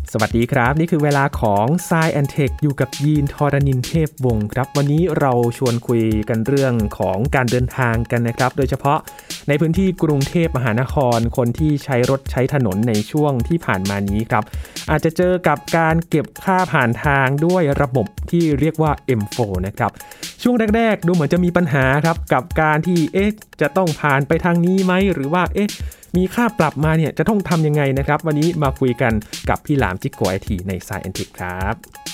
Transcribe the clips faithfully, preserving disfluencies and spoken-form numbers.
สวัสดีครับนี่คือเวลาของ Science แอนด์ Tech อยู่กับยีนทรณินเทพวงศ์ครับวันนี้เราชวนคุยกันเรื่องของการเดินทางกันนะครับโดยเฉพาะในพื้นที่กรุงเทพมหานครคนที่ใช้รถใช้ถนนในช่วงที่ผ่านมานี้ครับอาจจะเจอกับการเก็บค่าผ่านทางด้วยระบบที่เรียกว่า เอ็ม โฟร์ นะครับช่วงแรกๆดูเหมือนจะมีปัญหาครับกับการที่เอ๊ะจะต้องผ่านไปทางนี้ไหมหรือว่าเอ๊ะมีค่าปรับมาเนี่ยจะต้องทำยังไงนะครับวันนี้มาคุยกันกับพี่หลามจิกโกไอทีใน Science แอนด์ Tech ครับ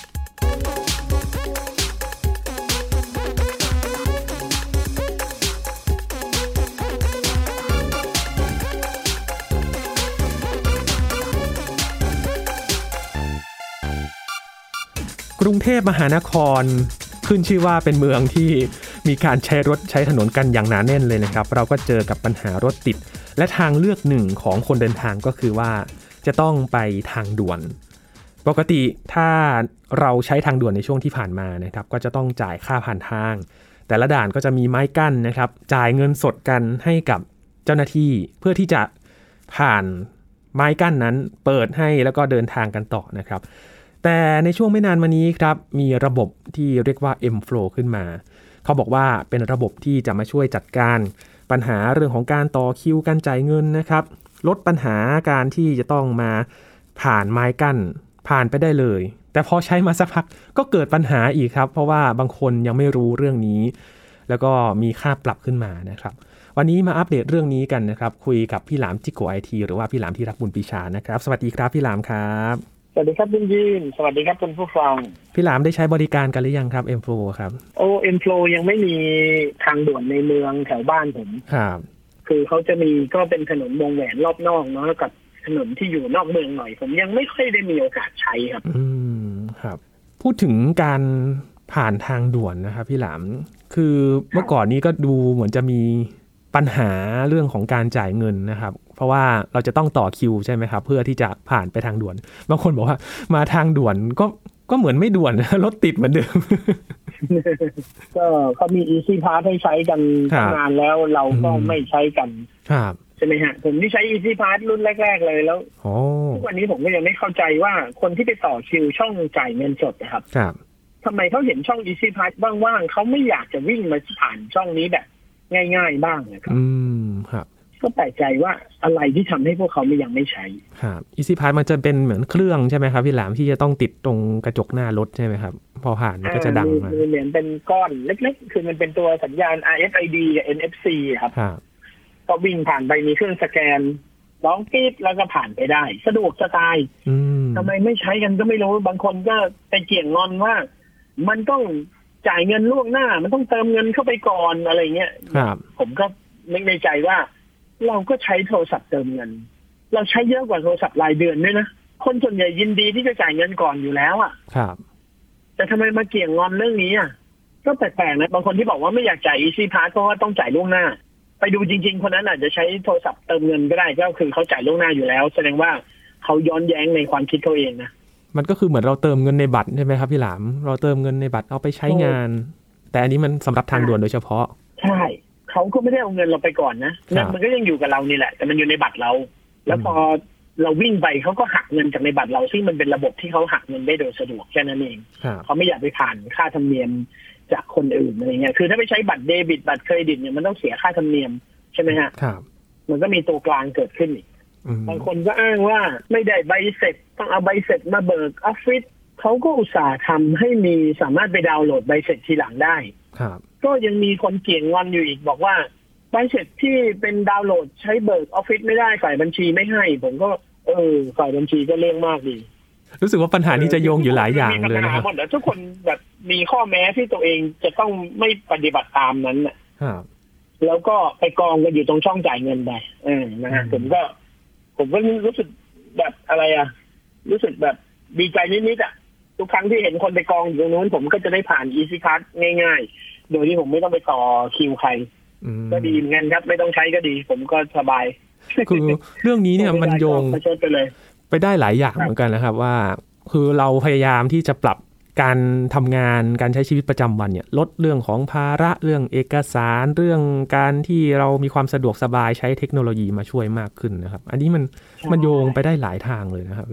กรุงเทพมหานครขึ้นชื่อว่าเป็นเมืองที่มีการใช้รถใช้ถนนกันอย่างหนาแน่นเลยนะครับเราก็เจอกับปัญหารถติดและทางเลือกหนึ่งของคนเดินทางก็คือว่าจะต้องไปทางด่วนปกติถ้าเราใช้ทางด่วนในช่วงที่ผ่านมานะครับก็จะต้องจ่ายค่าผ่านทางแต่ละด่านก็จะมีไม้กั้นนะครับจ่ายเงินสดกันให้กับเจ้าหน้าที่เพื่อที่จะผ่านไม้กั้นนั้นเปิดให้แล้วก็เดินทางกันต่อนะครับแต่ในช่วงไม่นานมานี้ครับมีระบบที่เรียกว่า เอ็ม โฟร์ ขึ้นมาเขาบอกว่าเป็นระบบที่จะมาช่วยจัดการปัญหาเรื่องของการต่อคิวการจ่ายเงินนะครับลดปัญหาการที่จะต้องมาผ่านไม้กั้นผ่านไปได้เลยแต่พอใช้มาสักพักก็เกิดปัญหาอีกครับเพราะว่าบางคนยังไม่รู้เรื่องนี้แล้วก็มีค่าปรับขึ้นมานะครับวันนี้มาอัปเดตเรื่องนี้กันนะครับคุยกับพี่หลามจิโกไอทีหรือว่าพี่หลามที่รักบุญปีชานะครับสวัสดีครับพี่หลามครับสวัสดีครับคุณยีนสวัสดีครับคุณผู้ฟังพี่หลามได้ใช้บริการกันหรือยังครับ เอ็ม โฟร์ ครับโอ้ เอ็ม โฟร์ ยังไม่มีทางด่วนในเมืองแถวบ้านผมครับคือเขาจะมีก็เป็นถนนวงแหวนรอบนอกเนาะกับถนนที่อยู่นอกเมืองหน่อยผมยังไม่ค่อยได้มีโอกาสใช้ครับอืมครับพูดถึงการผ่านทางด่วนนะครับพี่หลามคือเมื่อก่อนนี้ก็ดูเหมือนจะมีปัญหาเรื่องของการจ่ายเงินนะครับเพราะว่าเราจะต้องต่อคิวใช่ไหมครับเพื่อที่จะผ่านไปทางด่วนบางคนบอกว่ามาทางด่วนก็ก็เหมือนไม่ด่วนรถติดเหมือนเดิมก็เขามี Easy Pass ให้ใช้กันตั้งนานแล้วเราก็ไม่ใช้กันครับใช่ไหมฮะผมที่ใช้ Easy Pass รุ่นแรกๆเลยแล้วทุกวันนี้ผมก็ยังไม่เข้าใจว่าคนที่ไปต่อคิวช่องจ่ายเงินสดนะครับทำไมเขาเห็นช่อง Easy Pass ว่างๆเขาไม่อยากจะวิ่งมาผ่านช่องนี้แบบง่ายๆบ้างนะครับอืมครับก็แปลกใจว่าอะไรที่ทำให้พวกเขาไม่ยังไม่ใช้ครับ Easy Pass มันจะเป็นเหมือนเครื่องใช่ไหมครับพี่หลามที่จะต้องติดตรงกระจกหน้ารถใช่ไหมครับพอผ่านมันก็จะดังมาเหมือนเป็นก้อนเล็กๆคือมันเป็นตัวสัญญาณ อาร์ เอฟ ไอ ดี กับ เอ็น เอฟ ซี ครับก็วิ่งผ่านไปมีเครื่องสแกนร้องปี๊ดแล้วก็ผ่านไปได้สะดวกสบายทำไมไม่ใช้กันก็ไม่รู้บางคนก็ไปเกี่ยงงอนว่ามันต้องจ่ายเงินล่วงหน้ามันต้องเติมเงินเข้าไปก่อนอะไรเงี้ยผมก็นึกในใจว่าเราก็ใช้โทรศัพท์เติมเงินเราใช้เยอะกว่าโทรศัพท์รายเดือนด้วยนะคนส่วนใหญ่ยินดีที่จะจ่ายเงินก่อนอยู่แล้วอ่ะครับแต่ทำไมมาเกี่ยงงอนเรื่องนี้อ่ะก็แปลกๆนะบางคนที่บอกว่าไม่อยากจ่าย Easy Pass เพราะว่าต้องจ่ายล่วงหน้าไปดูจริงๆคนนั้นอาจจะใช้โทรศัพท์เติมเงินก็ได้ก็คือเขาจ่ายล่วงหน้าอยู่แล้วแสดงว่าเขาย้อนแย้งในความคิดเขาเองนะมันก็คือเหมือนเราเติมเงินในบัตรใช่ไหมครับพี่หลามเราเติมเงินในบัตรเอาไปใช้งานแต่อันนี้มันสำหรับทางด่วนโดยเฉพาะใช่เขาก็ไม่ได้เอาเงินเราไปก่อนนะเงินมันก็ยังอยู่กับเรานี่แหละแต่มันอยู่ในบัตรเราแล้วพอเราวิ่งไปเขาก็หักเงินจากในบัตรเราซึ่งมันเป็นระบบที่เขาหักเงินได้โดยสะดวกแค่นั้นเองเขาไม่อยากไปผ่านค่าธรรมเนียมจากคนอื่นอะไรเงี้ยคือถ้าไปใช้บัตรเดบิตบัตรเครดิตเนี่ยมันต้องเสียค่าธรรมเนียมใช่ไหมฮะมันก็มีตัวกลางเกิดขึ้นอีกบางคนก็อ้างว่าไม่ได้ใบเสร็จต้องเอาใบเสร็จมาเบิกออฟฟิศเขาก็อุตส่าห์ทำให้มีสามารถไปดาวน์โหลดใบเสร็จทีหลังได้ก็ยังมีคนเกี่ยงงอนอยู่อีกบอกว่าใบเสร็จที่เป็นดาวน์โหลดใช้เบิกออฟฟิศไม่ได้ฝ่ายบัญชีไม่ให้ผมก็เออฝ่ายบัญชีก็เรื่องมากดีรู้สึกว่าปัญหานี้จะโยงอยู่หลายอย่างเลยนะครับหมดแล้วทุกคนแบบมีข้อแม้ที่ตัวเองจะต้องไม่ปฏิบัติตามนั้นน่ะแล้วก็ไปกองกันอยู่ตรงช่องจ่ายเงินไปเออนะฮะผมก็ผมก็รู้สึกแบบอะไรอ่ะรู้สึกแบบดีใจนิดๆอ่ะทุกครั้งที่เห็นคนไปกองอยู่ตรงนู้นผมก็จะได้ผ่าน Easy Pass ง่ายๆโดยที่ผมไม่ต้องไปต่อคิวใครก็ดีเหมือนกันครับไม่ต้องใช้ก็ดีผมก็สบายคือเรื่องนี้เนี่ยมันโยงไปเลยไปได้หลายอย่างเหมือนกันนะครับว่าคือเราพยายามที่จะปรับการทำงานการใช้ชีวิตประจำวันเนี่ยลดเรื่องของภาระเรื่องเอกสารเรื่องการที่เรามีความสะดวกสบายใช้เทคโนโลยีมาช่วยมากขึ้นนะครับอันนี้มันมันโยงไปได้หลายทางเลยนะครับพี่หลัก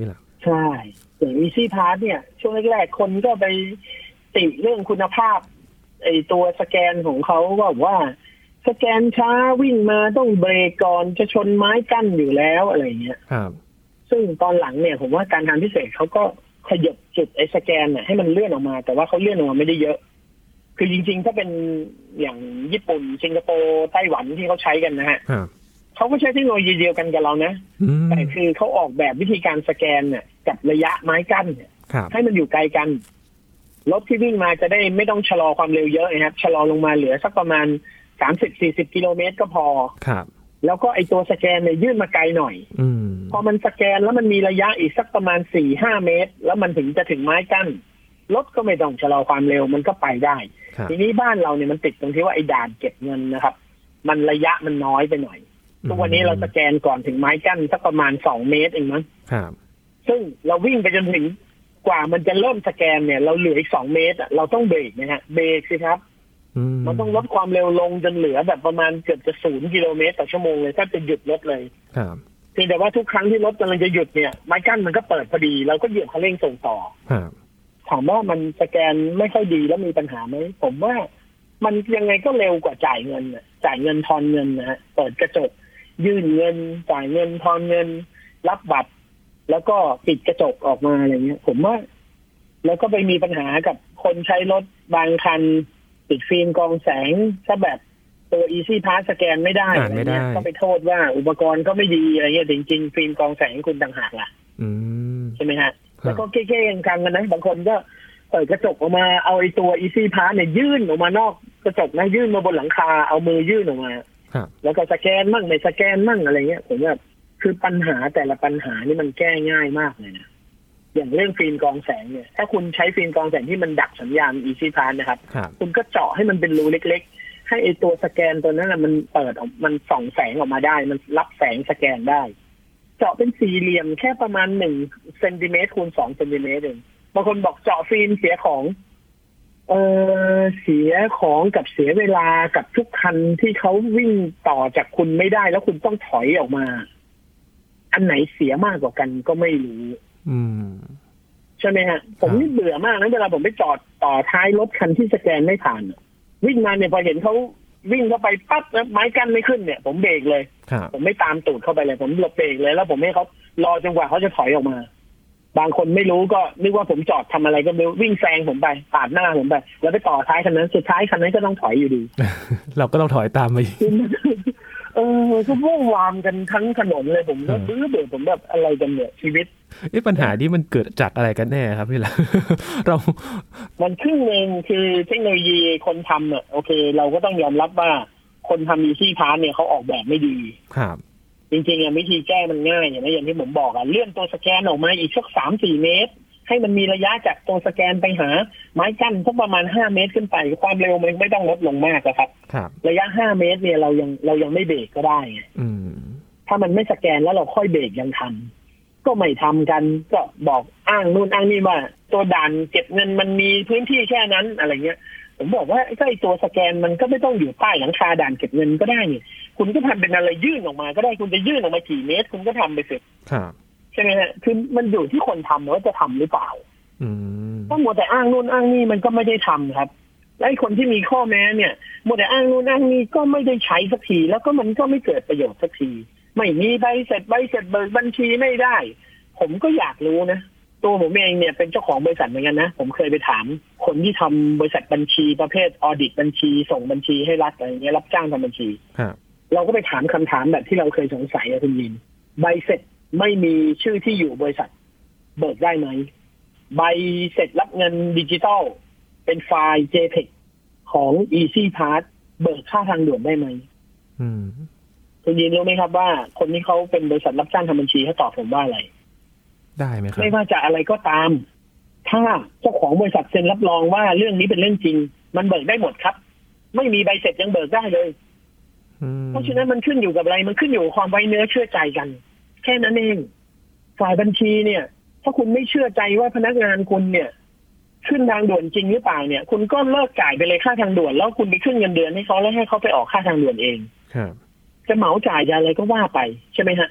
ใช่อย่าง Easy Pass เนี่ยช่วงแรกๆคนก็ไปติเรื่องคุณภาพไอตัวสแกนของเขาก็บอกว่าสแกนช้าวิ่งมาต้องเบรกก่อนจะชนไม้กั้นอยู่แล้วอะไรเงี้ยครับซึ่งตอนหลังเนี่ยผมว่าการทางพิเศษเขาก็ขยับจุดไอ้สแกนเนี่ยให้มันเลื่อนออกมาแต่ว่าเขาเลื่อนออกมาไม่ได้เยอะคือจริงๆถ้าเป็นอย่างญี่ปุ่นสิงคโปร์ไต้หวันที่เขาใช้กันนะฮะเขาก็ใช้เทคโนโลยีเดียวกันกับเรานะแต่คือเขาออกแบบวิธีการสแกนเนี่ยกับระยะไม้กั้นเนี่ยให้มันอยู่ไกลกันรถที่วิ่งมาจะได้ไม่ต้องชะลอความเร็วเยอะนะครับชะลอลงมาเหลือสักประมาณสามสิบสี่สิบกิโลเมตรก็พอครับแล้วก็ไอตัวสแกนเนี่ยยื่นมาไกลหน่อยอืมพอมันสแกนแล้วมันมีระยะอีกสักประมาณ สี่ห้า เมตรแล้วมันถึงจะถึงไม้กั้นรถก็ไม่ต้องชะลอความเร็วมันก็ไปได้ทีนี้บ้านเราเนี่ยมันติดตรงที่ว่าไอ้ด่านเก็บเงินนะครับมันระยะมันน้อยไปหน่อยทุกวันนี้เราสแกนก่อนถึงไม้กั้นสักประมาณสองเมตรเองมั้งครับซึ่งเราวิ่งไปจนถึงกว่ามันจะเริ่มสแกนเนี่ยเราเหลืออีกสองเมตรเราต้องเบรกนะฮะเบรกสิครับมันต้องลดความเร็วลงจนเหลือแบบประมาณเกือบจะศูนย์กิโลเมตรต่อชั่วโมงเลยถ้าจะหยุดรถเลยครับเพียงแต่ว่าทุกครั้งที่รถกำลังจะหยุดเนี่ยไม้กั้นมันก็เปิดพอดีเราก็เหยียบคันเร่งส่งต่อครับถามว่ามันสแกนไม่ค่อยดีแล้วมีปัญหาไหมผมว่ามันยังไงก็เร็วกว่าจ่ายเงินน่ะจ่ายเงินทอนเงินนะฮะเปิดกระจกยื่นเงินจ่ายเงินทอนเงินรับบัตรแล้วก็ปิดกระจกออกมาอะไรเงี้ยผมว่าแล้วก็ไปมีปัญหากับคนใช้รถบางคันติดฟิล์มกรองแสงถ้าแบบตัว Easy Pass สแกนไม่ได้อะไรเงี้ยก็ไปโทษว่าอุปกรณ์ก็ไม่ดีอะไรเงี้ยจริงๆฟิล์มกรองแสงคุณต่างหากล่ะใช่ไหมฮะแล้วก็เก้ๆกันๆกันนะบางคนก็เปิดกระจกออกมาเอาไอ้ตัว Easy Pass เนี่ยยื่นออกมานอกกระจกนะยื่นมาบนหลังคาเอามือยื่นออกมาแล้วก็สแกนมั่งไม่สแกนมั่งอะไรเงี้ยผมว่าคือปัญหาแต่ละปัญหานี่มันแก้ง่ายมากเลยนะอย่างเรื่องฟิล์มกรองแสงเนี่ยถ้าคุณใช้ฟิล์มกรองแสงที่มันดักสัญญาณ Easy Pass นะครับคุณก็เจาะให้มันเป็นรูเล็กๆให้ไอตัวสแกนตัวนั้นน่ะมันเปิดออกมันส่องแสงออกมาได้มันรับแสงสแกนได้เจาะเป็นสี่เหลี่ยมแค่ประมาณหนึ่งเซนติเมตรคูณสองเซนติเมตรเองบางคนบอกเจาะฟิล์มเสียของเออเสียของกับเสียเวลากับทุกคันที่เขาวิ่งต่อจากคุณไม่ได้แล้วคุณต้องถอยออกมาอันไหนเสียมากกว่ากันก็ไม่รู้ใช่ไหมฮะผมนี่เบื่อมากนะเวลาผมไปจอดต่อท้ายรถคันที่สแกนไม่ผ่านวิ่งมาเนี่ยพอเห็นเขาวิ่งเข้าไปปั๊บแล้วไม้กั้นไม่ขึ้นเนี่ยผมเบรกเลยผมไม่ตามตูดเข้าไปเลยผมหลบเบรกเลยแล้วผมให้เขารอจนกว่าเขาจะถอยออกมาบางคนไม่รู้ก็นึกว่าผมจอดทำอะไรก็ไม่รู้วิ่งแซงผมไปปาดหน้าผมไปแล้วไปต่อท้ายคันนั้นสุดท้ายคันนั้นก็ต้องถอยอยู่ดีเราก็ต้องถอยตามไปเออก็วุ่นวามกันทั้งถนนเลยผมก็เบื่อเบื่อผมแบบอะไรกันเนี่ยชีวิตไอ้ปัญหาที่มันเกิดจากอะไรกันแน่ครับพี่ละ เรามันครึ่งนึงคือเทคโนโลยีคนทำอ่ะโอเคเราก็ต้องยอมรับว่าคนทำ Easy Pass เนี่ยเขาออกแบบไม่ดีครับจริงๆอ่ะวิธีแก้มันง่ายอย่างนี้อย่างที่ผมบอกอ่ะเลื่อนตัวสแกนออกมาอีกสัก สามสี่ เมตรให้มันมีระยะจากตัวสแกนไปหาไม้กั้นสักประมาณห้าเมตรขึ้นไปความเร็วมันไม่ต้องลดลงมากครับระยะห้าเมตรเนี่ยเรายังเรายังไม่เบรกก็ได้ถ้ามันไม่สแกนแล้วเราค่อยเบรกยังทันก็ไม่ทำกันก็บอกอ้างนู่นอ้างนี่ว่าตัวด่านเก็บเงินมันมีพื้นที่แค่นั้นอะไรเงี้ยผมบอกว่าไอ้ตัวสแกนมันก็ไม่ต้องอยู่ใต้หลังคาด่านเก็บเงินก็ได้เนี่ยคุณก็ทำเป็นอะไรยื่นออกมาก็ได้คุณจะยื่นออกมากี่เมตรคุณก็ทำไปเสร็จใช่ไหมฮะคือมันอยู่ที่คนทำว่าจะทำหรือเปล่าถ้ามัวแต่อ้างนู่นอ้างนี่มันก็ไม่ได้ทำครับและไอ้คนที่มีข้อแม้เนี่ยมัวแต่อ้างนู่นอ้างนี่ก็ไม่ได้ใช้สักทีแล้วก็มันก็ไม่เกิดประโยชน์สักทีไม่มีใบเสร็จใบเสร็จเบิกบัญชีไม่ได้ผมก็อยากรู้นะตัวผมเองเนี่ยเป็นเจ้าของบริษัทเหมือนกันนะผมเคยไปถามคนที่ทำบริษัทบัญชีประเภทออดิตบัญชีส่งบัญชีให้รัฐอะไรเงี้ยรับจ้างทำบัญชีเราก็ไปถามคำถามแบบที่เราเคยสงสัยอะคุณยินใบเสร็จไม่มีชื่อที่อยู่บริษัทเบิกได้ไหมใบเสร็จรับเงินดิจิตอลเป็นไฟล์ เจพีอี ของ Easy Pass เบิกค่าทางด่วนได้ไหมคุณยินรู้ไหมครับว่าคนที่เขาเป็นบริษัทรับจ้างทำบัญชีเขาตอบผมว่าอะไรได้ไหมครับไม่ว่าจะอะไรก็ตามถ้าเจ้าของบริษัทเซ็นรับรองว่าเรื่องนี้เป็นเรื่องจริงมันเบิกได้หมดครับไม่มีใบเสร็จยังเบิกได้เลยเพราะฉะนั้นมันขึ้นอยู่กับอะไรมันขึ้นอยู่กับความไว้เนื้อเชื่อใจกันแค่นั้นเองฝ่ายบัญชีเนี่ยถ้าคุณไม่เชื่อใจว่าพนักงานคุณเนี่ยขึ้นทางด่วนจริงหรือเปล่าเนี่ยคุณก็เลิกจ่ายไปเลยค่าทางด่วนแล้วคุณไปขึ้นเงินเดือนให้เขาแล้วให้เขาไปออกค่าทางด่วนเองครับจะเหมาจ่ายอะไรก็ว่าไปใช่ไหมฮะ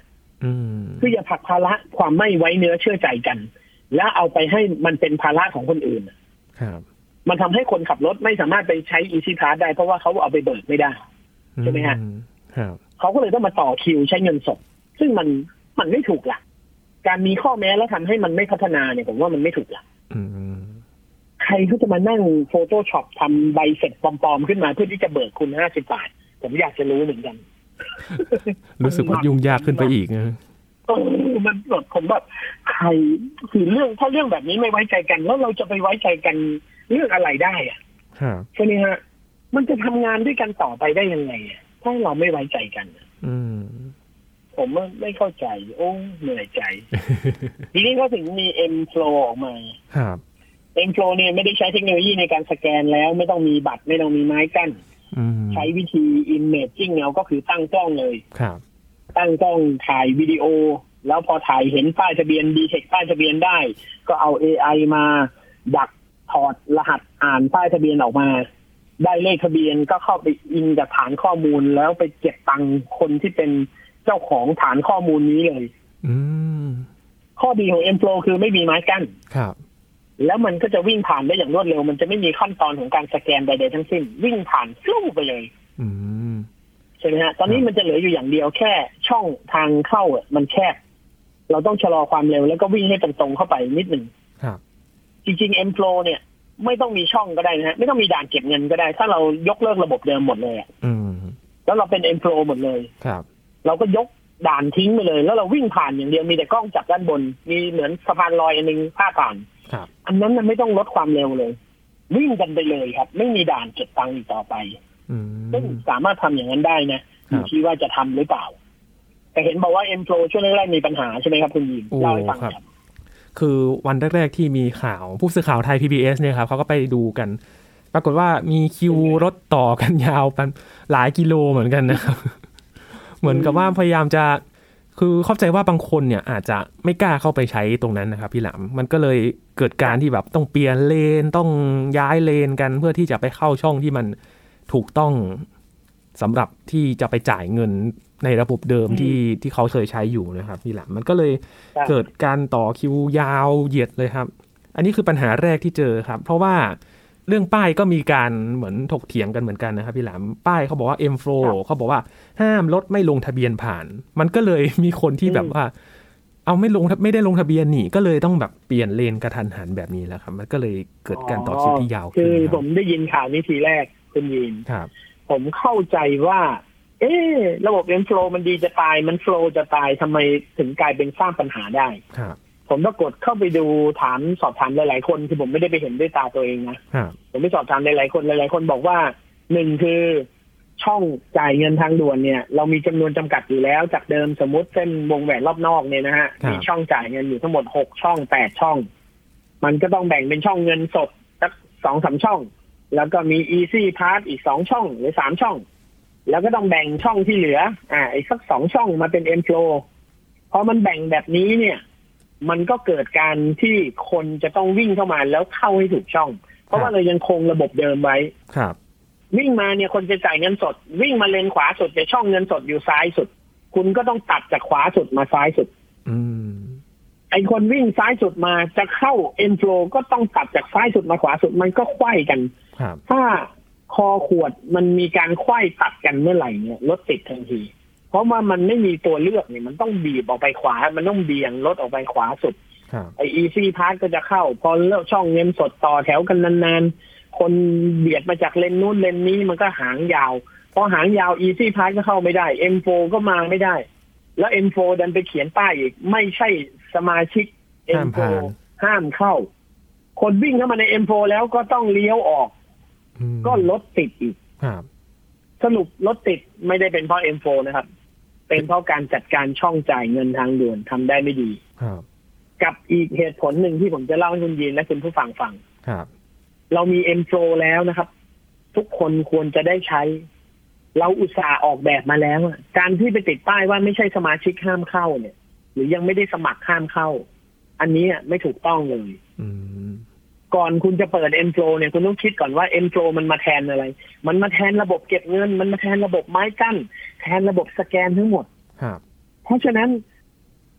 คืออย่าผลักภาระความไม่ไว้เนื้อเชื่อใจกันแล้วเอาไปให้มันเป็นภาระของคนอื่นครับมันทำให้คนขับรถไม่สามารถไปใช้ Easy Pass ได้เพราะว่าเขาเอาไปเบิกไม่ได้ใช่ไหมฮะครับเขาก็เลยต้องมาต่อคิวใช้เงินสดซึ่งมันมันไม่ถูกหลักการมีข้อแม้แล้วทำให้มันไม่พัฒนาเนี่ยผมว่ามันไม่ถูกหลักใครเขาจะมานั่ง Photoshop ทำใบเสร็จปลอมๆขึ้นมาเพื่อที่จะเบิกคุณห้าสิบบาทผมอยากจะรู้เหมือนกันรู้สึกว่ายุ่งยากขึ้นไปอีกนะเออมันแบบผมแบบใครคือเรื่องถ้าเรื่องแบบนี้ไม่ไว้ใจกันแล้วเราจะไปไว้ใจกันเรื่องอะไรได้อ่ะใช่ไหมฮะมันจะทำงานด้วยกันต่อไปได้ยังไงอ่ะถ้าเราไม่ไว้ใจกันอืมผมไม่เข้าใจโอ้เหนื่อยใจ ทีนี้ก็ถึงมี M-Flow ออกมาครับ M-Flow เนี่ยไม่ได้ใช้เทคโนโลยีในการสแกนแล้วไม่ต้องมีบัตรไม่ต้องมีไม้กั้นใช้วิธี Imaging เอาก็คือตั้งกล้องเลยครับตั้งกล้องถ่ายวิดีโอแล้วพอถ่ายเห็นป้ายทะเบียน detect ป้ายทะเบียนได้ก็เอา เอ ไอ มาดักถอดรหัสอ่านป้ายทะเบียนออกมาได้เลขทะเบียนก็เข้าไปอินกับฐานข้อมูลแล้วไปเก็บตังค์คนที่เป็นเจ้าของฐานข้อมูลนี้เลยอืมข้อดีของ M-Flow คือไม่มีไม้กั้นครับแล้วมันก็จะวิ่งผ่านได้อย่างรวดเร็วมันจะไม่มีขั้นตอนของการสแกนใดๆทั้งสิ้นวิ่งผ่านฟลู่ไปเลยอืมใช่ไหมฮะตอนนี้มันจะเหลืออยู่อย่างเดียวแค่ช่องทางเข้าอ่ะมันแคบเราต้องชะลอความเร็วแล้วก็วิ่งให้ตรงๆเข้าไปนิดหนึ่งครับจริงๆ M-Flow เนี่ยไม่ต้องมีช่องก็ได้นะฮะไม่ต้องมีด่านเก็บเงินก็ได้ถ้าเรายกเลิกระบบเดิมหมดเลยอ่ะแล้วเราเป็น M-Flow หมดเลยครับเราก็ยกด่านทิ้งไปเลยแล้วเราวิ่งผ่านอย่างเดียวมีแต่กล้องจับด้านบนมีเหมือนสะพานลอยอันนึงพาดผ่านอันนั้นมันไม่ต้องลดความเร็วเลยวิ่งกันไปเลยครับไม่มีด่านเก็บตังค์อีกต่อไปซึ่งสามารถทำอย่างนั้นได้นะอยู่ที่ว่าจะทำหรือเปล่าแต่เห็นบอกว่า M-Flow ช่วงแรกๆมีปัญหาใช่ไหมครับคุณยิมเล่าให้ฟังครับคือวันแรกๆที่มีข่าวผู้สื่อข่าวไทย พี บี เอส เนี่ยครับเขาก็ไปดูกันปรากฏว่ามีคิวรถต่อกันยาวเป็นหลายกิโลเหมือนกันนะครับเหมือนกับว่าพยายามจะคือเข้าใจว่าบางคนเนี่ยอาจจะไม่กล้าเข้าไปใช้ตรงนั้นนะครับพี่หลามมันก็เลยเกิดการที่แบบต้องเปลี่ยนเลนต้องย้ายเลนกันเพื่อที่จะไปเข้าช่องที่มันถูกต้องสำหรับที่จะไปจ่ายเงินในระบบเดิมที่ที่เขาเคยใช้อยู่นะครับพี่หลามมันก็เลยเกิดการต่อคิวยาวเหยียดเลยครับอันนี้คือปัญหาแรกที่เจอครับเพราะว่าเรื่องป้ายก็มีการเหมือนถกเถียงกันเหมือนกันนะครับพี่หลามป้ายเขาบอกว่า M-Flow เขาบอกว่าห้ามรถไม่ลงทะเบียนผ่านมันก็เลยมีคนที่แบบว่าเอาไม่ลงไม่ได้ลงทะเบียนนี่ก็เลยต้องแบบเปลี่ยนเลนกระทันหันแบบนี้แล้วครับมันก็เลยเกิดการต่อคิวที่ยาวขึ้นคือผมได้ยินข่าวนี้ทีแรกคุณยินครับผมเข้าใจว่าเอ๊ะระบบ M-Flow มันดีจะตายมัน flow จะตายทำไมถึงกลายเป็นสร้างปัญหาได้ครับผมก็กดเข้าไปดูถามสอบถามหลายๆคนคือผมไม่ได้ไปเห็นด้วยตาตัวเองนะผมไปสอบถามหลายๆคนหลายๆคนบอกว่าหนึ่งคือช่องจ่ายเงินทางด่วนเนี่ยเรามีจำนวนจำกัดอยู่แล้วจากเดิมสมมุติเส้นวงแหวนรอบนอกเนี่ยนะฮะมีช่องจ่ายเงินอยู่ทั้งหมดหกช่องแปดช่องมันก็ต้องแบ่งเป็นช่องเงินสดสัก สองถึงสาม ช่องแล้วก็มี Easy Pass อีกสองช่องหรือสามช่องแล้วก็ต้องแบ่งช่องที่เหลืออ่าอีกสักสองช่องมาเป็น M-Flow พอมันแบ่งแบบนี้เนี่ยมันก็เกิดการที่คนจะต้องวิ่งเข้ามาแล้วเข้าให้ถูกช่องเพราะว่าเรายังคงระบบเดิมไว้ครับวิ่งมาเนี่ยคนจะจ่ายเงินสดวิ่งมาเลนขวาสุดแต่ช่องเงินสดอยู่ซ้ายสุดคุณก็ต้องตัดจากขวาสุดมาซ้ายสุดอืมไอคนวิ่งซ้ายสุดมาจะเข้า M-Flow ก็ต้องตัดจากซ้ายสุดมาขวาสุดมันก็ไขว้กันถ้าคอขวดมันมีการไขว้ตัดกันเมื่อไหร่เนี่ยรถติดทันทีเพราะว่ามันไม่มีตัวเลือกเนี่ยมันต้องบีบออกไปขวามันต้องเบี่ยงรถออกไปขวาสุดไอ Easy Pass ก็จะเข้าพอเลิกช่องเงินสดต่อแถวกันนานๆคนเบียดมาจากเลนนู้นเลนนี้มันก็หางยาวพอหางยาว Easy Pass ก็เข้าไม่ได้ M-Flow ก็มาไม่ได้แล้ว M-Flow ดันไปเขียนป้ายอีกไม่ใช่สมาชิก M-Flow ห้ามเข้าคนวิ่งเข้ามาใน M-Flow แล้วก็ต้องเลี้ยวออกก็รถติดอีกสรุปรถติดไม่ได้เป็นเพราะ M-Flow นะครับเป็นเพราะการจัดการช่องจ่ายเงินทางด่วนทำได้ไม่ดีกับอีกเหตุผลหนึ่งที่ผมจะเล่าให้คุณยินและคุณผู้ฟังฟังเรามี M-Flow แล้วนะครับทุกคนควรจะได้ใช้เราอุตส่าห์ออกแบบมาแล้วการที่ไปติดป้ายว่าไม่ใช่สมาชิกห้ามเข้าเนี่ยหรือยังไม่ได้สมัครห้ามเข้าอันนี้ไม่ถูกต้องเลยก่อนคุณจะเปิด M-Flow เนี่ยคุณต้องคิดก่อนว่า M-Flow มันมาแทนอะไรมันมาแทนระบบเก็บเงินมันมาแทนระบบไม้กั้นแทนระบบสแกนทั้งหมดเพราะฉะนั้น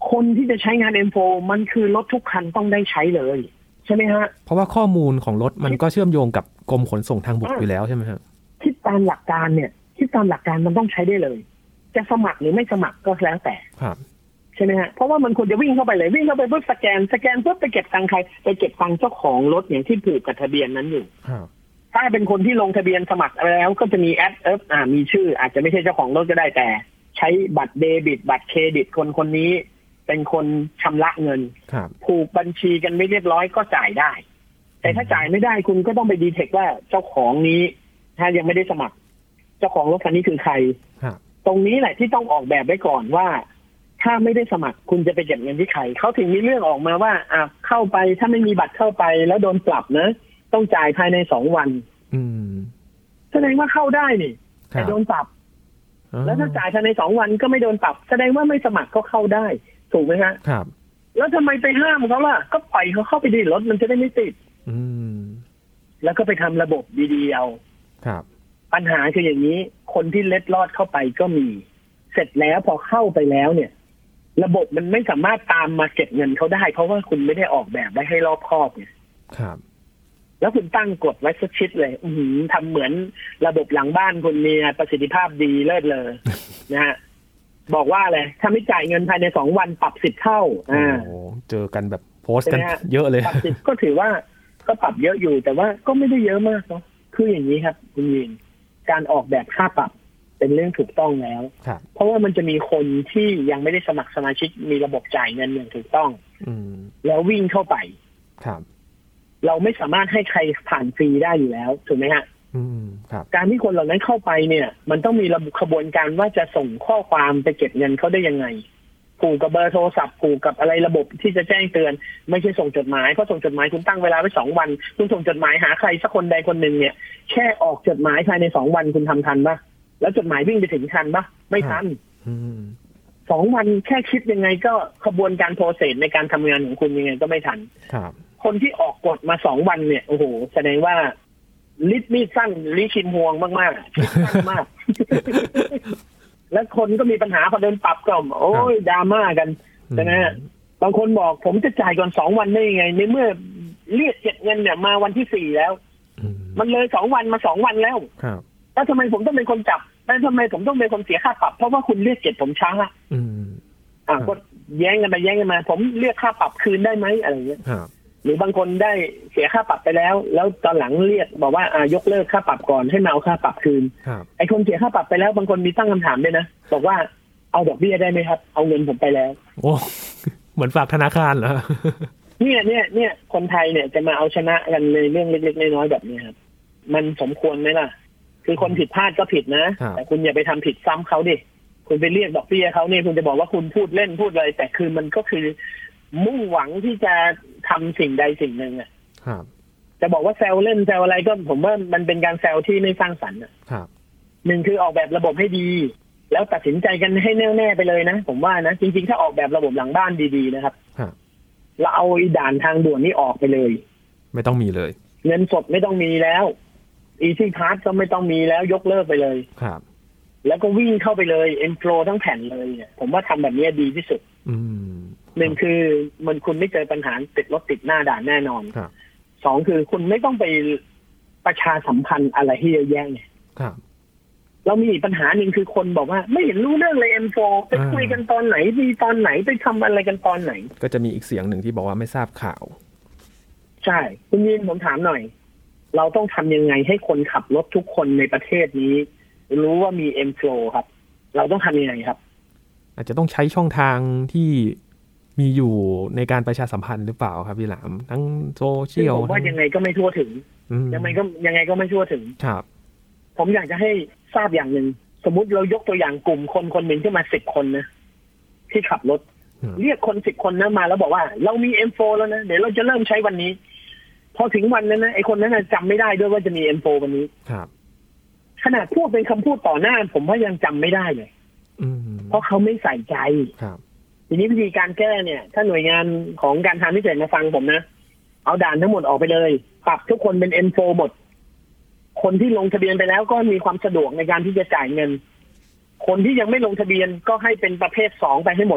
คนที่จะใช้งาน เอ็ม โฟร์ มันคือรถทุกคันต้องได้ใช้เลยใช่ไหมฮะเพราะว่าข้อมูลของรถมันก็เชื่อมโยงกับกรมขนส่งทางบกอยู่แล้วใช่ไหมครับคิดตามหลักการเนี่ยคิดตามหลักการมันต้องใช้ได้เลยจะสมัครหรือไม่สมัครก็แล้วแต่ครับใช่ไหมฮะเพราะว่ามันควรจะวิ่งเข้าไปเลยวิ่งเข้าไปเพื่อสแกนสแกนเพื่อไปเก็บตังค์ใครไปเก็บตังค์เจ้าของรถอย่างที่ผูกกับทะเบียนนั้นอยู่ถ้าเป็นคนที่ลงทะเบียนสมัครแล้วก็จะมีแอดเอิร์ฟอ่ามีชื่ออาจจะไม่ใช่เจ้าของรถก็ได้แต่ใช้บัตรเดบิตบัตรเครดิตคนคนนี้เป็นคนชำระเงินผูกบัญชีกันไม่เรียบร้อยก็จ่ายได้แต่ถ้าจ่ายไม่ได้คุณก็ต้องไปดีเทคว่าเจ้าของนี้ถ้ายังไม่ได้สมัครเจ้าของรถคันนี้คือใครตรงนี้แหละที่ต้องออกแบบไว้ก่อนว่าถ้าไม่ได้สมัครคุณจะไปเก็บเงินที่ใครเขาถึงมีเรื่องออกมาว่าอ่ะเข้าไปถ้าไม่มีบัตรเข้าไปแล้วโดนปรับนะต้องจ่ายภายในสองวันแสดงว่าเข้าได้นี่แต่โดนปรับแล้วถ้าจ่ายภายในสองวันก็ไม่โดนปรับแสดงว่าไม่สมัครก็เข้าได้ถูกไหมฮะครับแล้วทำไมไปห้ามเขาล่ะก็ปล่อยเขาเข้าไปดิรถมันจะได้ไม่ติดแล้วก็ไปทำระบบดีๆเอาครับปัญหาคืออย่างนี้คนที่เล็ดลอดเข้าไปก็มีเสร็จแล้วพอเข้าไปแล้วเนี่ยระบบมันไม่สามารถตามมาเก็บเงินเขาได้เพราะว่าคุณไม่ได้ออกแบบไว้ให้รอบคอบเนี่ยครับแล้วคุณตั้งกฎไว้สักชิดเลยอือทำเหมือนระบบหลังบ้านคุณมีประสิทธิภาพดีเลิศเลยนะฮะบอกว่าอะไรถ้าไม่จ่ายเงินภายในสองวันปรับสิบเท่าอ่าโอ้เจอกันแบบโพสต์กันเยอะเลยปรับสิบก็ถือว่าก็ปรับเยอะอยู่แต่ว่าก็ไม่ได้เยอะมากเนาะคืออย่างนี้ครับคุณยินการออกแบบค่าปรับเป็นเรื่องถูกต้องแล้วเพราะว่ามันจะมีคนที่ยังไม่ได้สมัครสมาชิกมีระบบจ่ายเงินอย่างถูกต้องแล้ววิ่งเข้าไปเราไม่สามารถให้ใครผ่านฟรีได้อยู่แล้วถูกไหมฮะการที่คนเหล่านั้นเข้าไปเนี่ยมันต้องมีระบบขบวนการว่าจะส่งข้อความไปเก็บเงินเขาได้ยังไงผูกกับเบอร์โทรศัพท์ผูกกับอะไรระบบที่จะแจ้งเตือนไม่ใช่ส่งจดหมายเพราะส่งจดหมายคุณตั้งเวลาไว้สองวันคุณส่งจดหมายหาใครสักคนใดคนหนึ่งเนี่ยแค่ออกจดหมายภายในสองวันคุณทำทันปะแล้วจดหมายวิ่งไปถึงทันปะไม่ทันสองวันแค่คิดยังไงก็ขบวนการโปรเซสในการทำงานของคุณยังไงก็ไม่ทันคนที่ออกกฎมาสองวันเนี่ยโอ้โหแสดงว่าลิดมีดสั้นลิชิมห่วงมากๆคิดสั้นมาก แล้วคนก็มีปัญหาพอโดนปรับก็โอ้ยดราม่ากันนะฮะบางคนบอกผมจะจ่ายก่อนสองวันได้ยังไงในเมื่อเรียกเก็บเงินเนี่ยมาวันที่สี่แล้วมันเลยสองวันมาสองวันแล้วแล้วทำไมผมต้องเป็นคนจับแล้วทำไมผมต้องเป็นคนเสียค่าปรับเพราะว่าคุณเรียกเก็บผมช้าอ่าก็แย้งกันไปแย้งกันมาผมเรียกค่าปรับคืนได้ไหมอะไรอย่างเงี้ยหรือบางคนได้เสียค่าปรับไปแล้วแล้วตอนหลังเรียกบอกว่าอ่ายกเลิกค่าปรับก่อนให้มาเอาค่าปรับคืนไอ้คนเสียค่าปรับไปแล้วบางคนมีตั้งคำถามด้วยนะบอกว่าเอาดอกเบี้ยได้ไหมครับเอาเงินผมไปแล้วโอ้เหมือนฝากธนาคารเหรอเนี่ยเนี่ยเนี่ยคนไทยเนี่ยจะมาเอาชนะกันในเรื่องเล็กๆน้อยๆแบบนี้ครับมันสมควรไหมล่ะคือคนผิดพลาดก็ผิดนะแต่คุณอย่าไปทำผิดซ้ำเขาดิคุณไปเรียกดอกเบี้ยเขาเนี่ยคุณจะบอกว่าคุณพูดเล่นพูดอะไรแต่คือมันก็คือมุ่งหวังที่จะทำสิ่งใดสิ่งหนึ่งอ่ะจะบอกว่าแซวเล่นแซวอะไรก็ผมว่ามันเป็นการแซวที่ไม่สร้างสรรค์อ่ะหนึ่งคือออกแบบระบบให้ดีแล้วตัดสินใจกันให้แน่วแน่ไปเลยนะผมว่านะจริงๆถ้าออกแบบระบบหลังบ้านดีๆนะครับเราเอาอีด่านทางด่วนนี้ออกไปเลยไม่ต้องมีเลยเงินสดไม่ต้องมีแล้วEasy Pass ก็ไม่ต้องมีแล้วยกเลิกไปเลยครับแล้วก็วิ่งเข้าไปเลยเอ็นโฟลทั้งแผ่นเลยเนี่ยผมว่าทำแบบนี้ดีที่สุดหนึ่งคือมันคุณไม่เจอปัญหาติดรถติดหน้าด่านแน่นอนสองคือคุณไม่ต้องไปประชาสัมพันธ์อะไรที่เยอะแยะเนี่ยเรามีปัญหาหนึ่งคือคนบอกว่าไม่เห็นรู้เรื่องเลย เอ็ม โฟร์ ไปคุยกันตอนไหนมีตอนไหนไปทำอะไรกันตอนไหนก็จะมีอีกเสียงหนึ่งที่บอกว่าไม่ทราบข่าวใช่คุณยินผมถามหน่อยเราต้องทำยังไงให้คนขับรถทุกคนในประเทศนี้รู้ว่ามี เอ็ม โฟร์ ครับเราต้องทำยังไงครับอาจจะต้องใช้ช่องทางที่มีอยู่ในการประชาสัมพันธ์หรือเปล่าครับพี่หลามทั้งโซเชียลผมว่ายังไงก็ไม่ทั่วถึงยังไงก็ยังไงก็ไม่ทั่วถึงครับผมอยากจะให้ทราบอย่างหนึ่งสมมุติเรายกตัวอย่างกลุ่มคนคนหนึ่งที่มาสิบคนนะที่ขับรถเรียกคนสิบคนนะมาแล้วบอกว่าเรามี เอ็ม โฟร์ แล้วนะเดี๋ยวเราจะเริ่มใช้วันนี้พอถึงวันนั้นนะไอคนนั้นจำไม่ได้ด้วยว่าจะมี เอ็ม โฟร์ วันนี้ครับขนาดพูดเป็นคำพูดต่อหน้าผมว่ายังจำไม่ได้เลยเพราะเขาไม่ใส่ใจครับทีนี้วิธีการแก้เนี่ยถ้าหน่วยงานของการทางพิเศษมาฟังผมนะเอาด่านทั้งหมดออกไปเลยปรับทุกคนเป็น เอ็ม โฟร์ หมดคนที่ลงทะเบียนไปแล้วก็มีความสะดวกในการที่จะจ่ายเงินคนที่ยังไม่ลงทะเบียนก็ให้เป็นประเภทสองไปให้หมด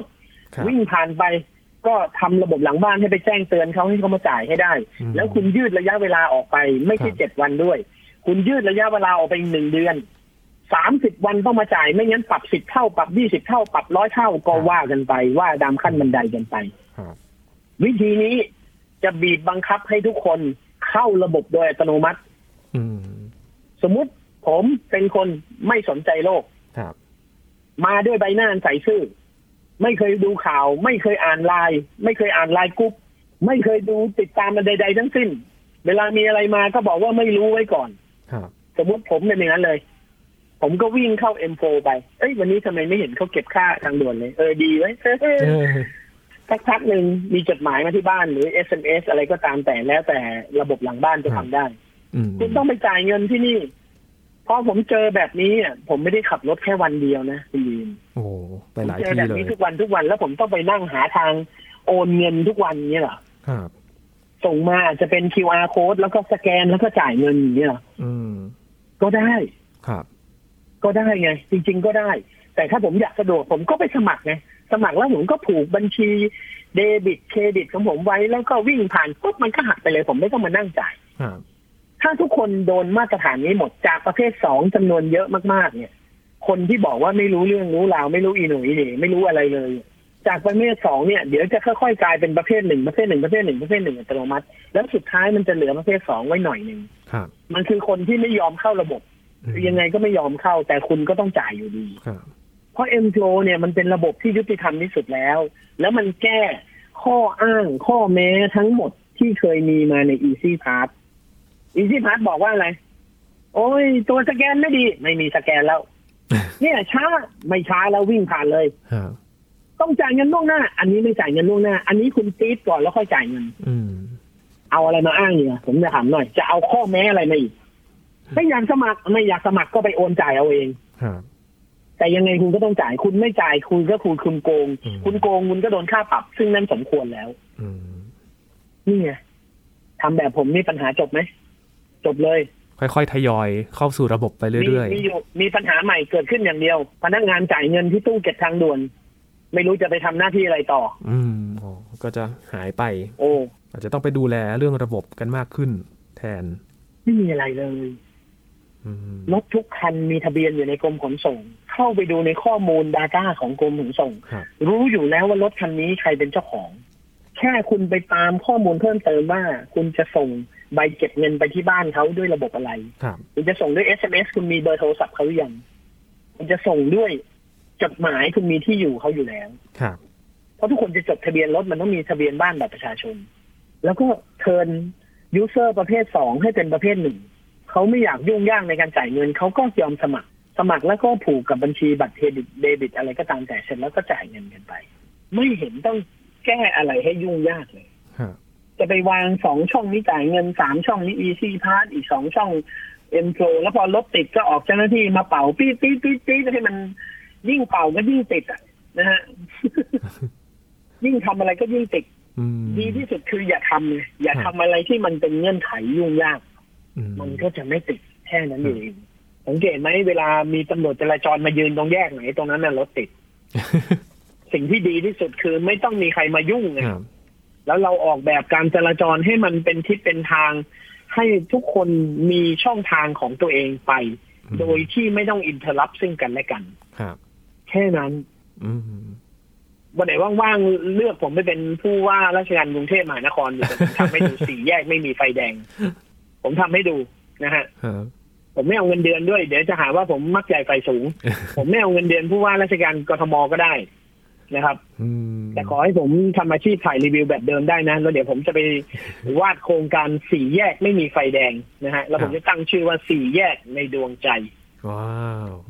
วิ่งผ่านไปก็ทำระบบหลังบ้านให้ไปแจ้งเตือนเขาให้เขามาจ่ายให้ได้แล้วคุณยืดระยะเวลาออกไปไม่ใช่เจ็ดวันด้วยคุณยืดระยะเวลาออกไปอีกหนึ่งเดือนสามสิบวันต้องมาจ่ายไม่งั้นปรับสิบเท่าปรับยี่สิบเท่าปรับร้อยเท่าก็ว่ากันไปว่าตามขั้นบันไดกันไปวิธีนี้จะบีบบังคับให้ทุกคนเข้าระบบโดยอัตโนมัติสมมุติผมเป็นคนไม่สนใจโลกมาด้วยใบหน้าใสซื่อไม่เคยดูข่าวไม่เคยอ่านไลน์ไม่เคยอ่านไลน์กรุ๊ปไม่เคยดูติดตามอะไรใดๆทั้งสิ้นเวลามีอะไรมาก็บอกว่าไม่รู้ไว้ก่อนสมมติผมเป็นอย่างนั้นเลยผมก็วิ่งเข้า เอ็ม โฟร์ ไปเอ้ยวันนี้ทำไมไม่เห็นเขาเก็บค่าทางด่วนเลยเออดีไว้สักพักหนึ่งมีจดหมายมาที่บ้านหรือ เอส เอ็ม เอส อะไรก็ตามแต่แล้วแต่ระบบหลังบ้านจะทำได้คุณต้องไปจ่ายเงินที่นี่พอผมเจอแบบนี้อ่ะผมไม่ได้ขับรถแค่วันเดียวนะคุณลีนโอ้ไปหลายที่เลยเจอแบบนี้ทุกวันทุกวันแล้วผมต้องไปนั่งหาทางโอนเงินทุกวันนี้เหรอครับส่งมาจะเป็น คิว อาร์ code แล้วก็สแกนแล้วก็จ่ายเงินอย่างนี้เหรออืมก็ได้ครับก็ได้ไงจริงๆก็ได้แต่ถ้าผมอยากสะดวกผมก็ไปสมัครไงสมัครแล้วผมก็ผูกบัญชีเดบิตเครดิตของผมไว้แล้วก็วิ่งผ่านปุ๊บมันก็หักไปเลยผมไม่ต้องมานั่งจ่ายถ้าทุกคนโดนมาตรฐานนี้หมดจากประเภทสองจำนวนเยอะมากๆเนี่ยคนที่บอกว่าไม่รู้เรื่องรู้ราวไม่รู้อีหนุ่ยนี่ไม่รู้อะไรเลยจากประเภทสองเนี่ยเดี๋ยวจะค่อยๆกลายเป็นประเภทหนึ่งประเภทหนึ่งประเภทหนึ่งประเภทหนึ่งอัตโนมัติแล้วสุดท้ายมันจะเหลือประเภทสองไว้หน่อยนึงมันคือคนที่ไม่ยอมเข้าระบบยังไงก็ไม่ยอมเข้าแต่คุณก็ต้องจ่ายอยู่ดีเพราะ M-Flow เนี่ยมันเป็นระบบที่ยุติธรรมที่สุดแล้วแล้วมันแก้ข้ออ้างข้อแม้ทั้งหมดที่เคยมีมาใน Easy Pass Easy Pass บอกว่าอะไรโอ้ยตัวสแกนไม่ดีไม่มีสแกนแล้ว เนี่ยช้าไม่ช้าแล้ววิ่งผ่านเลยต้องจ่ายเงินล่วงหน้าอันนี้ไม่จ่ายเงินล่วงหน้าอันนี้คุณตีดก่อนแล้วค่อยจ่ายเงินเอาอะไรมาอ้างเนี่ยผมจะถามหน่อยจะเอาข้อแม้อะไรมาอีกไม่อยากสมัครไม่อยากสมัครก็ไปโอนจ่ายเอาเองแต่ยังไงคุณก็ต้องจ่ายคุณไม่จ่ายคุณก็คุณคุณโกงคุณโกงคุณก็โดนค่าปรับซึ่งนั่นสมควรแล้วนี่ไงทำแบบผมนี่ปัญหาจบไหมจบเลยค่อยๆทยอยเข้าสู่ระบบไปเรื่อยๆมีมีปัญหาใหม่เกิดขึ้นอย่างเดียวพนักงานจ่ายเงินที่ตู้เก็บทางด่วนไม่รู้จะไปทำหน้าที่อะไรต่ออืมอ๋อก็จะหายไปโอ้อาจจะต้องไปดูแลเรื่องระบบกันมากขึ้นแทนไม่มีอะไรเลยรถทุกคันมีทะเบียนอยู่ในกรมขนส่งเข้าไปดูในข้อมูล data ของกรมขนส่งรู้อยู่แล้วว่ารถคันนี้ใครเป็นเจ้าของแค่คุณไปตามข้อมูลเพิ่มเติมว่าคุณจะส่งใบเก็บเงินไปที่บ้านเขาด้วยระบบอะไรคุณจะส่งด้วย เอส เอ็ม เอส คุณมีเบอร์โทรศัพท์เขาหรือยังคุณจะส่งด้วยจดหมายคุณมีที่อยู่เขาอยู่แล้วเพราะทุกคนจะจดทะเบียนรถมันต้องมีทะเบียนบ้านบัตรประชาชนแล้วก็เทิร์นยูเซอร์ประเภทสองให้เป็นประเภทหนึ่งเขาไม่อยากยุ่งยากในการจ่ายเงินเขาก็ยอมสมัครสมัครแล้วก็ผูกกับบัญชีบัตรเครดิตเดบิตอะไรก็ตามแต่เสร็จแล้วก็จ่ายเงินกันไปไม่เห็นต้องแก้อะไรให้ยุ่งยากเลยจะไปวางสองช่องนี้จ่ายเงินสามช่องนี้ Easy Pass อีกสองช่อง M-Flow แล้วพอรถติดก็ออกเจ้าหน้าที่มาเป่าปี๊ดปี๊ดปี๊ดปี๊ดให้มันยิ่งเป่าก็ยิ่งติดอ่ะนะฮะ ยิ่งทำอะไรก็ยิ่งติดดีที่สุดคืออย่าทำเลยอย่าทำอะไรที่มันเป็นเงื่อนไขยุ่งยากมันก็จะไม่ติดแค่นั้นเองสังเกตไหมเวลามีตำรวจจราจรมายืนตรงแยกไหนตรงนั้นน่ะรถติด สิ่งที่ดีที่สุดคือไม่ต้องมีใครมายุ่งไงแล้วเราออกแบบการจราจรให้มันเป็นทิศเป็นทางให้ทุกคนมีช่องทางของตัวเองไปโดยที่ไม่ต้องอินเทอร์รัปซึ่งกันและกันแค่นั้นวันไหนว่างๆเลือกผมไปเป็นผู้ว่าราชการกรุงเทพมหานครอยู่ผมทำให้ดูสี่แยกไม่มีไฟแดงผมทำให้ดูนะฮะผมไม่เอาเงินเดือนด้วยเดี๋ยวจะหาว่าผมมักใหญ่ไฟสูง ผมไม่เอาเงินเดือนผู้ว่าราชการกทมก็ได้นะครับแต่ขอให้ผมทำอาชีพถ่ายรีวิวแบบเดิมได้นะแล้วเดี๋ยวผมจะไปวาดโครงการสี่แยกไม่มีไฟแดงนะฮะแล้วผมจะตั้งชื่อว่าสี่แยกในดวงใจว้าว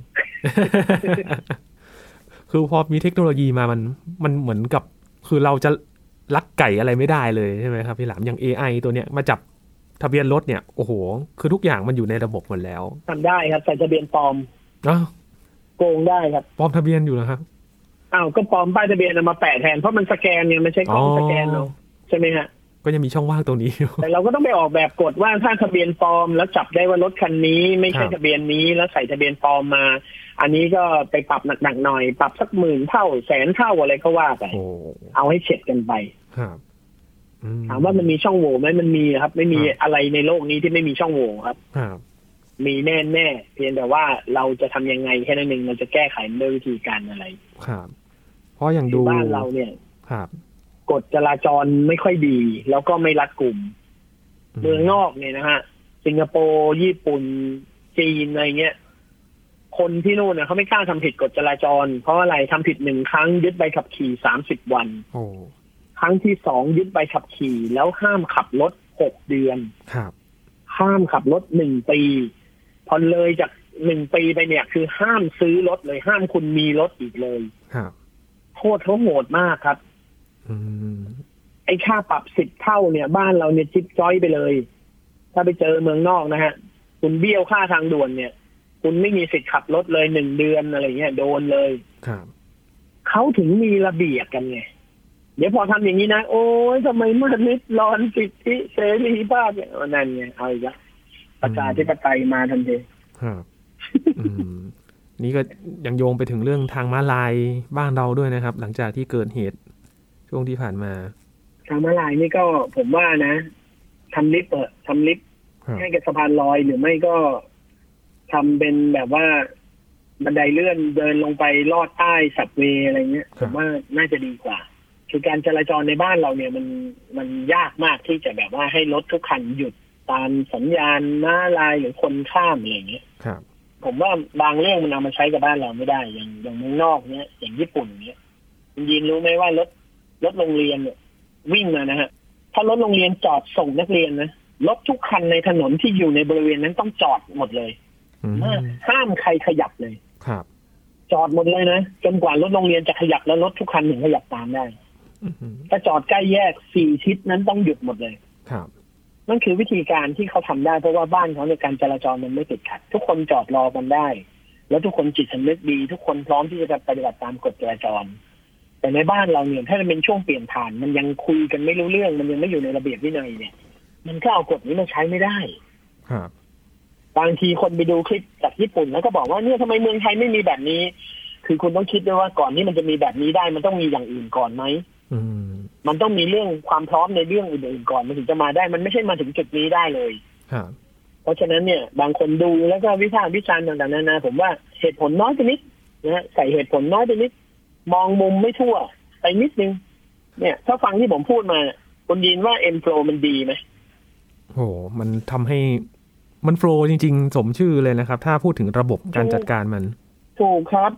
คือพอมีเทคโนโลยีมามันมันเหมือนกับคือเราจะลักไก่อะไรไม่ได้เลยใช่ไหมครับพี่หลามอย่าง เอ ไอ ตัวเนี้ยมาจับทะเบียนรถเนี่ยโอ้โหคือทุกอย่างมันอยู่ในระบบหมดแล้วทำได้ครับใส่ทะเบียนปลอมอ้าวโกงได้ครับปลอมทะเบียนอยู่แล้วครับอ้าวก็ปลอมป้ายทะเบียนเอามาแปะแทนเพราะมันสแกนเนี่ยมันใช้กล้องสแกนเนาะใช่ไหมฮะก็ยังมีช่องว่างตรงนี้อยู่แต่เราก็ต้องไปออกแบบกฎว่าถ้าทะเบียนปลอมแล้วจับได้ว่ารถคันนี้ไม่ใช่ทะเบียนนี้แล้วใส่ทะเบียนปลอมมาอันนี้ก็ไปปรับหนักๆหน่อยปรับสักหมื่นเท่าแสนเท่าอะไรก็ว่าไปเอาให้เฉ็ดกันไปครับถามว่ามันมีช่องโหว่ไหมมันมีครับไม่มีอะไรในโลกนี้ที่ไม่มีช่องโหว่ครับมีแน่แน่เพียงแต่ว่าเราจะทำยังไงแค่นั้นเองเราจะแก้ไขด้วยวิธีการอะไรครับเพราะอย่างดูบ้านเราเนี่ยครับกฎจราจรไม่ค่อยดีแล้วก็ไม่รัดกุมเมืองนอกเนี่ยนะฮะสิงคโปร์ญี่ปุ่นจีนอะไรเงี้ยคนที่นู่นเนี่ยเขาไม่กล้าทำผิดกฎจราจรเพราะอะไรทำผิดหนึ่งครั้งยึดใบขับขี่สามสิบวันครั้งที่สองยึดใบขับขี่แล้วห้ามขับรถหกเดือนครับห้ามขับรถหนึ่งปีพอเลยจากหนึ่งปีไปเนี่ยคือห้ามซื้อรถเลยห้ามคุณมีรถอีกเลยครับโทษเขาโหดมากครับไอ้ค่าปรับสิบเท่าเนี่ยบ้านเราเนี่ยจิ๊บจ้อยไปเลยถ้าไปเจอเมืองนอกนะฮะคุณเบี้ยวค่าทางด่วนเนี่ยคุณไม่มีสิทธิ์ขับรถเลยหนึ่งเดือนอะไรเงี้ยโดนเลยครับเขาถึงมีระเบียบกันไงเดี๋ยวพอทำอย่างนี้นะโอ้ยทำไมมานิดร้อนสิทธิเสรีภาพเนี่ยนั่นไงเอาอีกแล้วประชาธิปไตยมาทันทีครับนี่ก็ยังโยงไปถึงเรื่องทางม้าลายบ้านเราด้วยนะครับหลังจากที่เกิดเหตุช่วงที่ผ่านมาทางม้าลายนี่ก็ผมว่านะทำลิฟต์เออทำลิฟต์ให้กับสะพานลอยหรือไม่ก็ทำเป็นแบบว่าบันไดเลื่อนเดินลงไปลอดใต้สับเวย์อะไรเงี้ยผมว่าน่าจะดีกว่าคือการจราจรในบ้านเราเนี่ยมันมันยากมากที่จะแบบว่าให้รถทุกคันหยุดตามสัญญาณม้าลายหรือคนข้ามอะไรเงี้ยครับผมว่าบางเรื่องมันเอามาใช้กับบ้านเราไม่ได้อย่างอย่างเมืองนอกเนี้ยอย่างญี่ปุ่นเนี้ยคุณยินรู้ไหมว่ารถรถโรงเรียนเนี่ยวิ่งมานะฮะถ้ารถโรงเรียนจอดส่งนักเรียนนะรถทุกคันในถนนที่อยู่ในบริเวณนั้นต้องจอดหมดเลยห้ามใครขยับเลยครับจอดหมดเลยนะจนกว่ารถโรงเรียนจะขยับแล้วรถทุกคันถึงขยับตามได้ถ้าจอดใกล้แยกสี่ชิดนั้นต้องหยุดหมดเลยครับนั่นคือวิธีการที่เขาทำได้เพราะว่าบ้านเขาในการจราจรมันไม่ติดขัดทุกคนจอดรอกันได้แล้วทุกคนจิตสำนึกดีทุกคนพร้อมที่จะปฏิบัติตามกฎจราจรแต่ในบ้านเราเนี่ยถ้ามันเป็นช่วงเปลี่ยนผ่านมันยังคุยกันไม่รู้เรื่องมันยังไม่อยู่ในระเบียบวินัยเนี่ยมันก็เอากฎนี้มาใช้ไม่ได้ครับบางทีคนไปดูคลิปจากญี่ปุ่นแล้วก็บอกว่าเนี่ยทำไมเมืองไทยไม่มีแบบนี้คือคุณต้องคิดด้วยว่าก่อนที่มันจะมีแบบนี้ได้มันต้องมีอย่างอื่นก่อนไหมมันต้องมีเรื่องความพร้อมในเรื่องอื่นๆก่อนมันถึงจะมาได้มันไม่ใช่มาถึงจุดนี้ได้เลยเพราะฉะนั้นเนี่ยบางคนดูแล้วก็วิพากษ์วิจารณ์ต่างๆนานาผมว่าเหตุผลน้อยไปนิดนะใส่เหตุผลน้อยไปนิดมองมุมไม่ทั่วไปนิดนึงเนี่ยถ้าฟังที่ผมพูดมาคุณยินว่า M Flow มันดีไหมโอ้มันทำให้มันโฟลว์จริงๆสมชื่อเลยนะครับถ้าพูดถึงระบบการจัดการมันถูกครับ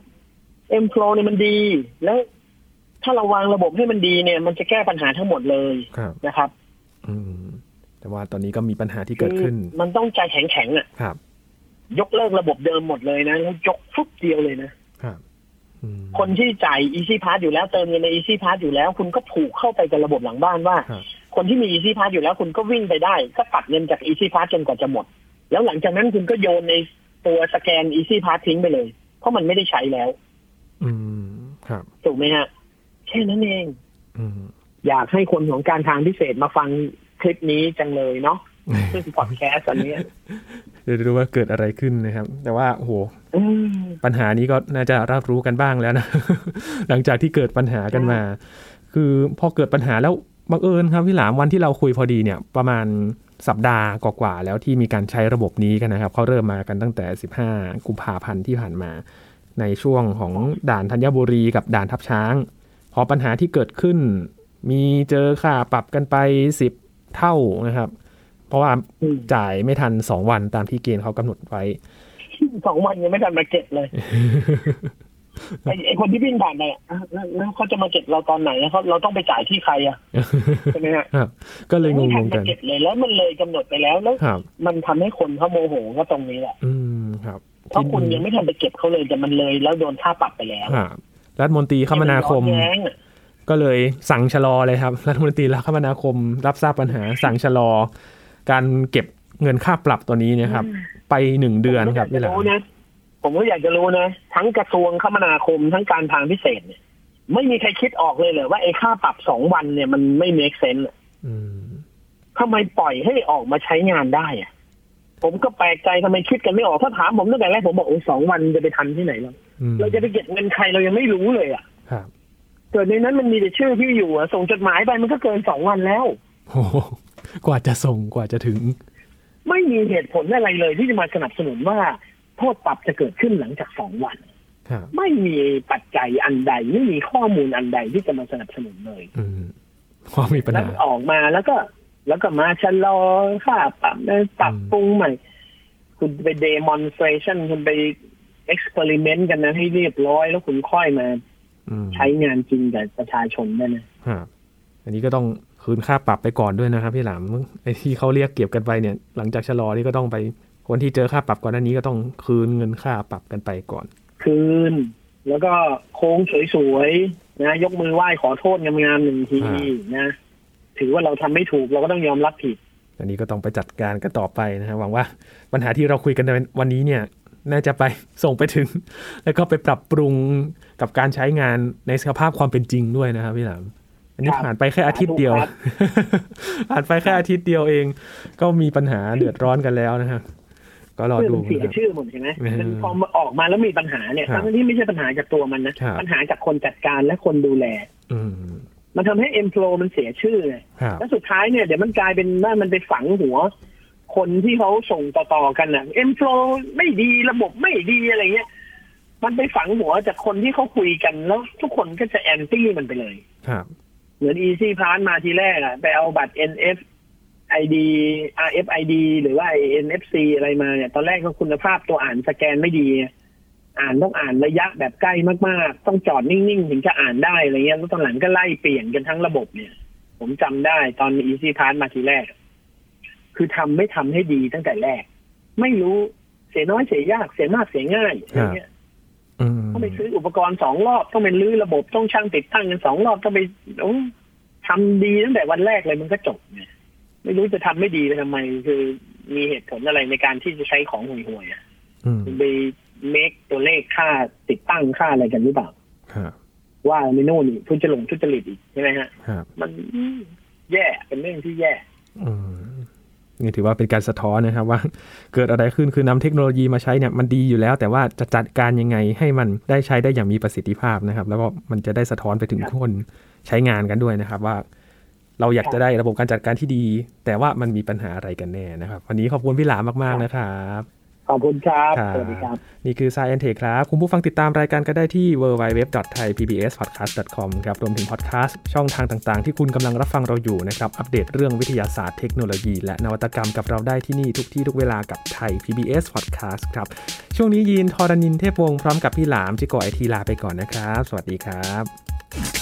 M Flow เนี่ยมันดีแล้วถ้าเราวางระบบให้มันดีเนี่ยมันจะแก้ปัญหาทั้งหมดเลยนะครับอืมแต่ว่าตอนนี้ก็มีปัญหาที่เกิดขึ้นมันต้องใจแข็งๆอ่ะครับยกเลิกระบบเดิมหมดเลยนะแล้วยกฟุบเดียวเลยนะครับคนที่จ่าย Easy Pass อยู่แล้วเติมเงินใน Easy Pass อยู่แล้วคุณก็ผูกเข้าไปกับระบบหลังบ้านว่าคนที่มี Easy Pass อยู่แล้วคุณก็วิ่งไปได้ก็ตัดเงินจาก Easy Pass จนกว่าจะหมดแล้วหลังจากนั้นคุณก็โยนในตัวสแกน Easy Pass ทิ้งไปเลยเพราะมันไม่ได้ใช้แล้วอืมครับถูกไหมฮะแค่นั้นเองอยากให้คนของการทางพิเศษมาฟังคลิปนี้จังเลยเนาะซึ่งพอดแคสต์อันนี้เดี๋ยวดูว่าเกิดอะไรขึ้นนะครับแต่ว่าโอ้โหปัญหานี้ก็น่าจะรับรู้กันบ้างแล้วนะ หลังจากที่เกิดปัญหากันมาคือพอเกิดปัญหาแล้วบังเอิญครับพี่หลามวันที่เราคุยพอดีเนี่ยประมาณสัปดาห์กว่าๆแล้วที่มีการใช้ระบบนี้กันนะครับเขาเริ่มมากันตั้งแต่สิบห้ากุมภาพันธ์ที่ผ่านมาในช่วงของด่านธัญบุรีกับด่านทับช้างพอปัญหาที่เกิดขึ้นมีเจอค่าปรับกันไปสิบเท่านะครับเพราะว่าจ่ายไม่ทันสองวันตามที่เกณฑ์เขากำหนดไว้สองวันยังไม่ทันมาเก็บเลย ไอ้ไอ้คนที่วิ่งผ่านไปอ่ะแล้วเขาจะมาเก็บเราตอนไหนเขาเราต้องไปจ่ายที่ใครอ่ะใช่ไหมฮะก็เลยงงๆกันเก็บเลยแล้วมันเลยกำหนดไปแล้วแล้วมันทำให้คนเขาโมโหก็ตรงนี้แหละอืมครับเพราะคุณยังไม่ทันไปเก็บเขาเลยแต่มันเลยแล้วโดนค่าปรับไปแล้วรัฐมนตรีคมนาคมก็เลยสั่งชะลอเลยครับรัฐมนตรีคมนาคมรับทราบปัญหาสั่งชะลอการเก็บเงินค่าปรับตัวนี้นะครับไปหนึ่งเดือนครับนี่แหละผมก็อยากจะรู้นะทั้งกระทรวงคมนาคมทั้งการทางพิเศษเนี่ยไม่มีใครคิดออกเลยเหรอว่าไอ้ค่าปรับสองวันเนี่ยมันไม่เมคเซนส์ทำไมปล่อยให้ออกมาใช้งานได้อะผมก็แปลกใจทำไมคิดกันไม่ออกถ้าถามผมตั้งแต่แรกผมบอกโอ้สองวันจะไปทันที่ไหนแล้วเราจะไปเก็บเงินใครเรายังไม่รู้เลยอ่ะเกิดในนั้นมันมีแต่ชื่อที่อยู่อ่ะส่งจดหมายไปมันก็เกินสองวันแล้วโอ้กว่าจะส่งกว่าจะถึงไม่มีเหตุผลอะไรเลยที่จะมาสนับสนุนว่าโทษปรับจะเกิดขึ้นหลังจากสองวันไม่มีปัจจัยอันใดไม่มีข้อมูลอันใดที่จะมาสนับสนุนเลยพอมีปัญหาออกมาแล้วก็แล้วก็มาชะลอค่าปรับปรับปรุงใหม่คุณไป demonstration คุณไป experiment กันนะให้เรียบร้อยแล้วคุณค่อยมาใช้งานจริงกับประชาชนได้นะอันนี้ก็ต้องคืนค่าปรับไปก่อนด้วยนะครับพี่หลามไอ้ที่เขาเรียกเก็บกันไปเนี่ยหลังจากชะลอนี่ก็ต้องไปคนที่เจอค่าปรับก่อนหน้านี้ก็ต้องคืนเงินค่าปรับกันไปก่อนคืนแล้วก็โค้งสวยๆนะยกมือไหว้ขอโทษงามๆหนึ่งทีนะถือว่าเราทำไม่ถูกเราก็ต้องยอมรับผิดอันนี้ก็ต้องไปจัดการกันต่อไปนะฮะหวังว่าปัญหาที่เราคุยกันในวันนี้เนี่ยน่าจะไปส่งไปถึงแล้วก็ไปปรับปรุงกับการใช้งานในสภาพความเป็นจริงด้วยนะครับพี่หลามอันนี้ผ่านไปแค่อาทิตย์เดียวผ่านไปแค่อาทิตย์เดียวเองก็มีปัญหาเดือดร้อนกันแล้วนะฮะก็รอดูเสียชื่อหมดใช่ไหมมันพอมาออกมาแล้วมีปัญหาเนี่ยทั้งที่ไม่ใช่ปัญหาจากตัวมันนะปัญหาจากคนจัดการและคนดูแลมันทำให้เอ็มโฟลมันเสียชื่อเลยแล้วสุดท้ายเนี่ยเดี๋ยวมันกลายเป็นว่ามันไปฝังหัวคนที่เขาส่งต่อๆกันน่ะเอ็มโฟลไม่ดีระบบไม่ดีอะไรเงี้ยมันไปฝังหัวจากคนที่เขาคุยกันแล้วทุกคนก็จะแอนตี้มันไปเลยเหมือน Easy Pass มาทีแรกอ่ะไปเอาบัตร เอ็น เอฟ ไอ ดี อาร์ เอฟ ไอ ดี หรือว่า เอ็น เอฟ ซี อะไรมาเนี่ยตอนแรกก็คุณภาพตัวอ่านสแกนไม่ดีอ่านต้องอ่านระยะแบบใกล้มากๆต้องจอดนิ่งๆถึงจะอ่านได้อะไรเงี้ยแล้วตอนหลังก็ไล่เปลี่ยนกันทั้งระบบเนี่ยผมจำได้ตอน Easy Pass มาทีแรกคือทำไม่ทำให้ดีตั้งแต่แรกไม่รู้เสียน้อยเสียยากเสียมากเสียง่ายอะไรเงี้ยต้องไปซื้ออุปกรณ์สองรอบต้องเป็นรื้อระบบต้องช่างติดตั้งกันสองรอบต้องไปโอ้ทำดีตั้งแต่วันแรกเลยมันก็จบเนี่ยไม่รู้จะทำไม่ดีไปทำไมคือมีเหตุผลอะไรในการที่จะใช้ของห่วยๆอ่ะไปเมคตัวเลขค่าติดตั้งค่าอะไรกันหรือเปล่าว่าไม่โน่นนี่ทุจริตทุจริตอีกใช่ไหมฮะมันแย่เป็นเรื่องที่แย่นี่ถือว่าเป็นการสะท้อนนะครับว่าเกิดอะไรขึ้นคือนำเทคโนโลยีมาใช้เนี่ยมันดีอยู่แล้วแต่ว่าจะจัดการยังไงให้มันได้ใช้ได้อย่างมีประสิทธิภาพนะครับแล้วก็มันจะได้สะท้อนไปถึงคนใช้งานกันด้วยนะครับว่าเราอยากจะได้ระบบการจัดการที่ดีแต่ว่ามันมีปัญหาอะไรกันแน่นะครับวันนี้ขอบคุณพี่หลามมากๆนะครับขอบคุณครับสวัสดีครับนี่คือ Science Tech ครับคุณผู้ฟังติดตามรายการก็ได้ที่ ดับเบิลยู ดับเบิลยู ดับเบิลยู ดอท ไทย พี บี เอส พอดแคสต์ ดอท คอม ครับรวมถึงพอดแคสต์ช่องทางต่างๆที่คุณกำลังรับฟังเราอยู่นะครับอัปเดตเรื่องวิทยาศาสตร์เทคโนโลยีและนวัตกรรมกับเราได้ที่นี่ทุกที่ทุกเวลากับไทย พี บี เอส Podcast ครับช่วงนี้ยีนทรณินเทพวงศ์พร้อมกับพี่หลามจิโกะไอทีลาไปก่อนนะครับสวัสดีครับ